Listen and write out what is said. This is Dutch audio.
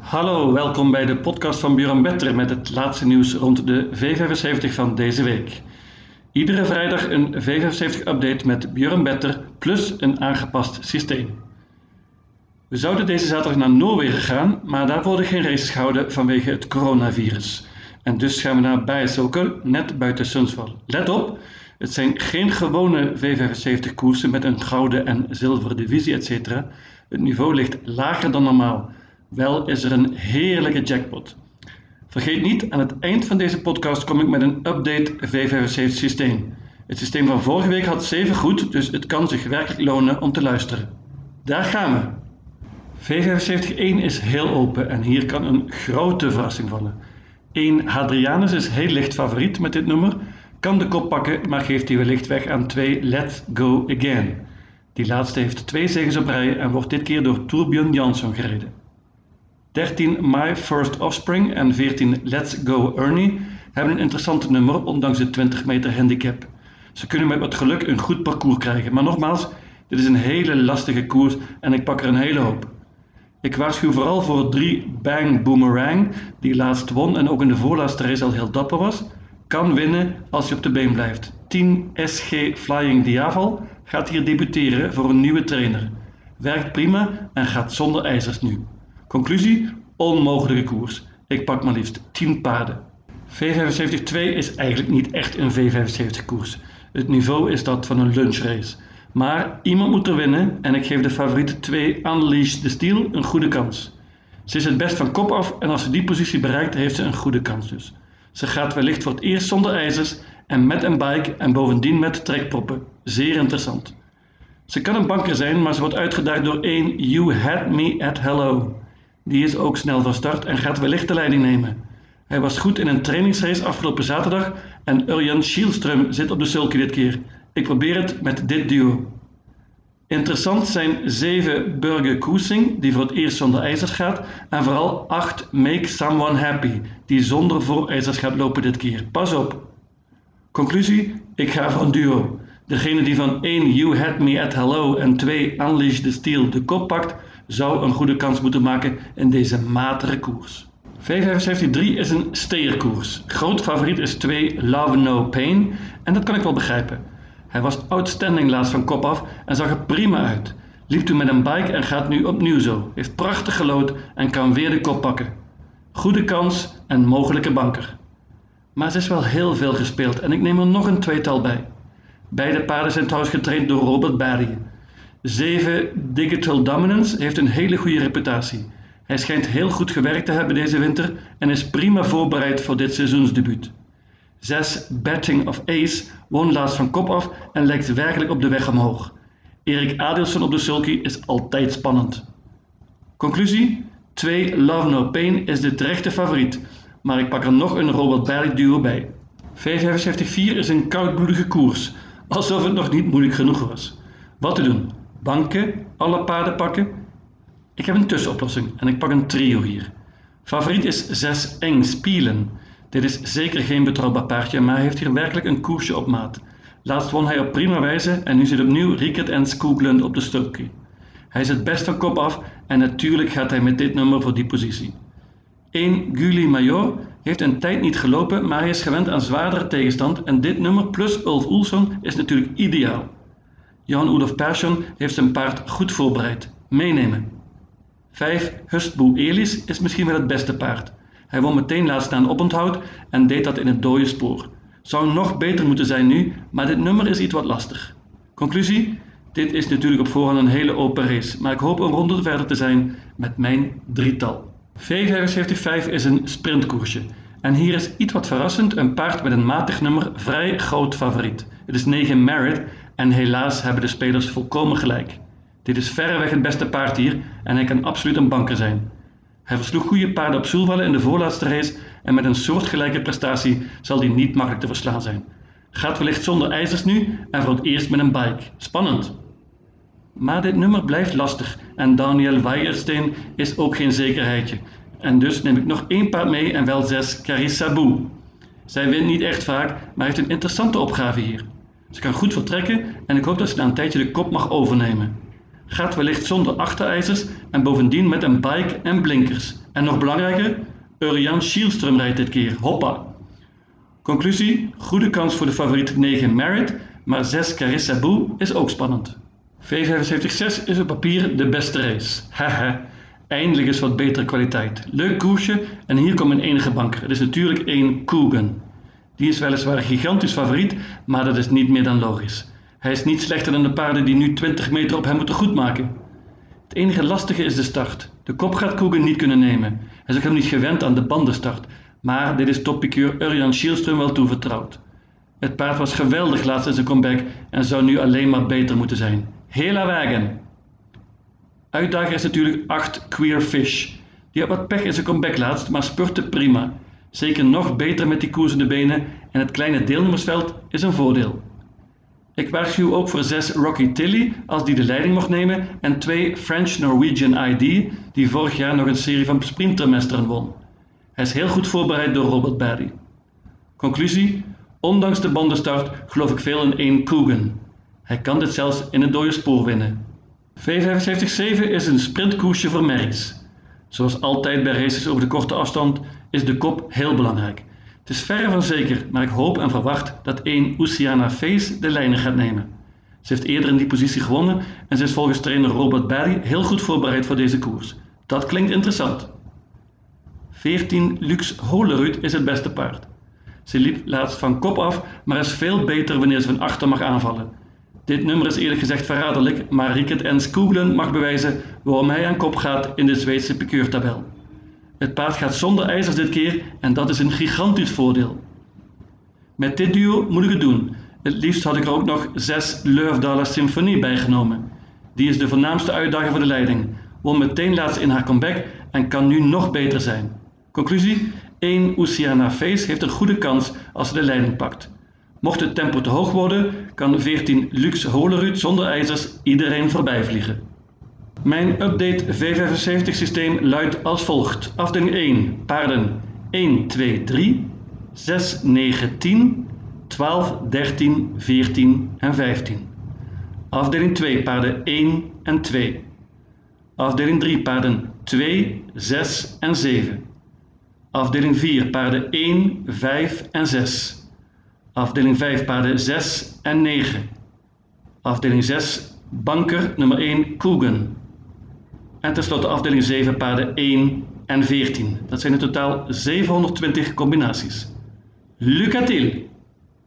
Hallo, welkom bij de podcast van Björn Better met het laatste nieuws rond de V75 van deze week. Iedere vrijdag een V75-update met Björn Better plus een aangepast systeem. We zouden deze zaterdag naar Noorwegen gaan, maar daar worden geen races gehouden vanwege het coronavirus. En dus gaan we naar Bergsåker, net buiten Sundsvall. Let op, het zijn geen gewone V75 koersen met een gouden en zilveren divisie etc. Het niveau ligt lager dan normaal. Wel is er een heerlijke jackpot. Vergeet niet, aan het eind van deze podcast kom ik met een update V75 systeem. Het systeem van vorige week had 7 goed, dus het kan zich werkelijk lonen om te luisteren. Daar gaan we! V75-1 is heel open en hier kan een grote verrassing vallen. 1 Hadrianus is heel licht favoriet met dit nummer, kan de kop pakken, maar geeft hij wellicht weg aan 2 Let's Go Again. Die laatste heeft 2 zegens op rij en wordt dit keer door Torbjörn Jansson gereden. 13 My First Offspring en 14 Let's Go Ernie hebben een interessant nummer ondanks de 20 meter handicap. Ze kunnen met wat geluk een goed parcours krijgen, maar nogmaals, dit is een hele lastige koers en ik pak er een hele hoop. Ik waarschuw vooral voor 3 Bang Boomerang, die laatst won en ook in de voorlaatste race al heel dapper was. Kan winnen als je op de been blijft. 10 SG Flying Diaval gaat hier debuteren voor een nieuwe trainer. Werkt prima en gaat zonder ijzers nu. Conclusie, onmogelijke koers. Ik pak maar liefst 10 paarden. V75-2 is eigenlijk niet echt een V75 koers. Het niveau is dat van een lunchrace. Maar iemand moet er winnen en ik geef de favoriete 2 Unleash the Steel een goede kans. Ze is het best van kop af en als ze die positie bereikt heeft ze een goede kans dus. Ze gaat wellicht voor het eerst zonder ijzers en met een bike en bovendien met trekproppen. Zeer interessant. Ze kan een banker zijn, maar ze wordt uitgedaagd door 1 You Had Me at Hello. Die is ook snel van start en gaat wellicht de leiding nemen. Hij was goed in een trainingsrace afgelopen zaterdag en Örjan Kihlström zit op de sulky dit keer. Ik probeer het met dit duo. Interessant zijn 7 Børge Koesing, die voor het eerst zonder ijzers gaat, en vooral 8 Make Someone Happy, die zonder voorijzers gaat lopen dit keer. Pas op! Conclusie, ik ga voor een duo. Degene die van 1 You Had Me at Hello en 2 Unleash the Steel de kop pakt, zou een goede kans moeten maken in deze matige koers. V75-3 is een steerkoers. Groot favoriet is 2 Love No Pain en dat kan ik wel begrijpen. Hij was outstanding laatst van kop af en zag er prima uit. Liep toen met een bike en gaat nu opnieuw zo. Heeft prachtig gelood en kan weer de kop pakken. Goede kans en mogelijke banker. Maar ze is wel heel veel gespeeld en ik neem er nog een tweetal bij. Beide paarden zijn trouwens getraind door Robert Barry. 7 Digital Dominance heeft een hele goede reputatie. Hij schijnt heel goed gewerkt te hebben deze winter en is prima voorbereid voor dit seizoensdebuut. 6 Betting of Ace won laatst van kop af en lijkt werkelijk op de weg omhoog. Erik Adilson op de sulky is altijd spannend. Conclusie? 2 Love No Pain is de terechte favoriet, maar ik pak er nog een Robert Barry duo bij. V75-4 is een koudbloedige koers, alsof het nog niet moeilijk genoeg was. Wat te doen? Banken, alle paarden pakken? Ik heb een tussenoplossing en ik pak een trio hier. Favoriet is 6 Eng Spielen. Dit is zeker geen betrouwbaar paardje, maar hij heeft hier werkelijk een koersje op maat. Laatst won hij op prima wijze en nu zit opnieuw Rickert en Skoglund op de sulky. Hij is het best van kop af en natuurlijk gaat hij met dit nummer voor die positie. 1 Gulli Major heeft een tijd niet gelopen, maar hij is gewend aan zwaardere tegenstand en dit nummer plus Ulf Oelsson is natuurlijk ideaal. Jan-Olof Persson heeft zijn paard goed voorbereid. Meenemen. 5 Hustboe Elis is misschien wel het beste paard. Hij won meteen laatst na een oponthoud en deed dat in het dode spoor. Zou nog beter moeten zijn nu, maar dit nummer is iets wat lastig. Conclusie? Dit is natuurlijk op voorhand een hele open race, maar ik hoop een ronde verder te zijn met mijn drietal. V75-5 is een sprintkoersje. En hier is iets wat verrassend, een paard met een matig nummer vrij groot favoriet. Het is 9 Merit en helaas hebben de spelers volkomen gelijk. Dit is verreweg het beste paard hier en hij kan absoluut een banker zijn. Hij versloeg goede paarden op Zulvallen in de voorlaatste race en met een soortgelijke prestatie zal die niet makkelijk te verslaan zijn. Gaat wellicht zonder ijzers nu en voor het eerst met een bike. Spannend! Maar dit nummer blijft lastig en Daniel Weijersteen is ook geen zekerheidje. En dus neem ik nog 1 paard mee en wel 6 Carissa Boe. Zij wint niet echt vaak, maar heeft een interessante opgave hier. Ze kan goed vertrekken en ik hoop dat ze na een tijdje de kop mag overnemen. Gaat wellicht zonder achterijzers en bovendien met een bike en blinkers. En nog belangrijker, Örjan Kihlström rijdt dit keer. Hoppa! Conclusie, goede kans voor de favoriet 9 Merit, maar 6 Carissa Boo is ook spannend. V75-6 is op papier de beste race. Haha, eindelijk is wat betere kwaliteit. Leuk koersje en hier komt een enige banker. Het is natuurlijk 1 Coogan. Die is weliswaar een gigantisch favoriet, maar dat is niet meer dan logisch. Hij is niet slechter dan de paarden die nu 20 meter op hem moeten goedmaken. Het enige lastige is de start. De kop gaat Coogan niet kunnen nemen. Hij is ook helemaal niet gewend aan de bandenstart. Maar dit is toppiqueur Örjan Kihlström wel toevertrouwd. Het paard was geweldig laatst in zijn comeback en zou nu alleen maar beter moeten zijn. Hela wagen! Uitdager is natuurlijk 8 Queer Fish. Die had wat pech in zijn comeback laatst, maar spurte prima. Zeker nog beter met die koers in de benen en het kleine deelnemersveld is een voordeel. Ik waarschuw ook voor 6 Rocky Tilly als die de leiding mocht nemen en 2 French Norwegian ID die vorig jaar nog een serie van sprintermesteren won. Hij is heel goed voorbereid door Robert Barry. Conclusie, ondanks de bandenstart geloof ik veel in 1 Coogan. Hij kan dit zelfs in het dode spoor winnen. V75-7 is een sprintkoersje voor merries. Zoals altijd bij races over de korte afstand is de kop heel belangrijk. Het is verre van zeker, maar ik hoop en verwacht dat 1 Oceana Face de leiding gaat nemen. Ze heeft eerder in die positie gewonnen en ze is volgens trainer Robert Barry heel goed voorbereid voor deze koers. Dat klinkt interessant. 14 Lux Holerud is het beste paard. Ze liep laatst van kop af, maar is veel beter wanneer ze van achter mag aanvallen. Dit nummer is eerlijk gezegd verraderlijk, maar Rickert en Skoglund mag bewijzen waarom hij aan kop gaat in de Zweedse piqueurtabel. Het paard gaat zonder ijzers dit keer en dat is een gigantisch voordeel. Met dit duo moet ik het doen. Het liefst had ik er ook nog 6 Löfdaler Symfonie bijgenomen. Die is de voornaamste uitdager voor de leiding. Won meteen laatst in haar comeback en kan nu nog beter zijn. Conclusie, 1 Oceana Face heeft een goede kans als ze de leiding pakt. Mocht het tempo te hoog worden, kan 14 Lux Holerud zonder ijzers iedereen voorbij vliegen. Mijn update V75 systeem luidt als volgt. Afdeling 1, paarden 1, 2, 3, 6, 9, 10, 12, 13, 14 en 15. Afdeling 2, paarden 1 en 2. Afdeling 3, paarden 2, 6 en 7. Afdeling 4, paarden 1, 5 en 6. Afdeling 5, paarden 6 en 9. Afdeling 6, banker nummer 1, Coogan. En tenslotte afdeling 7, paarden 1 en 14. Dat zijn in totaal 720 combinaties. Lucatil!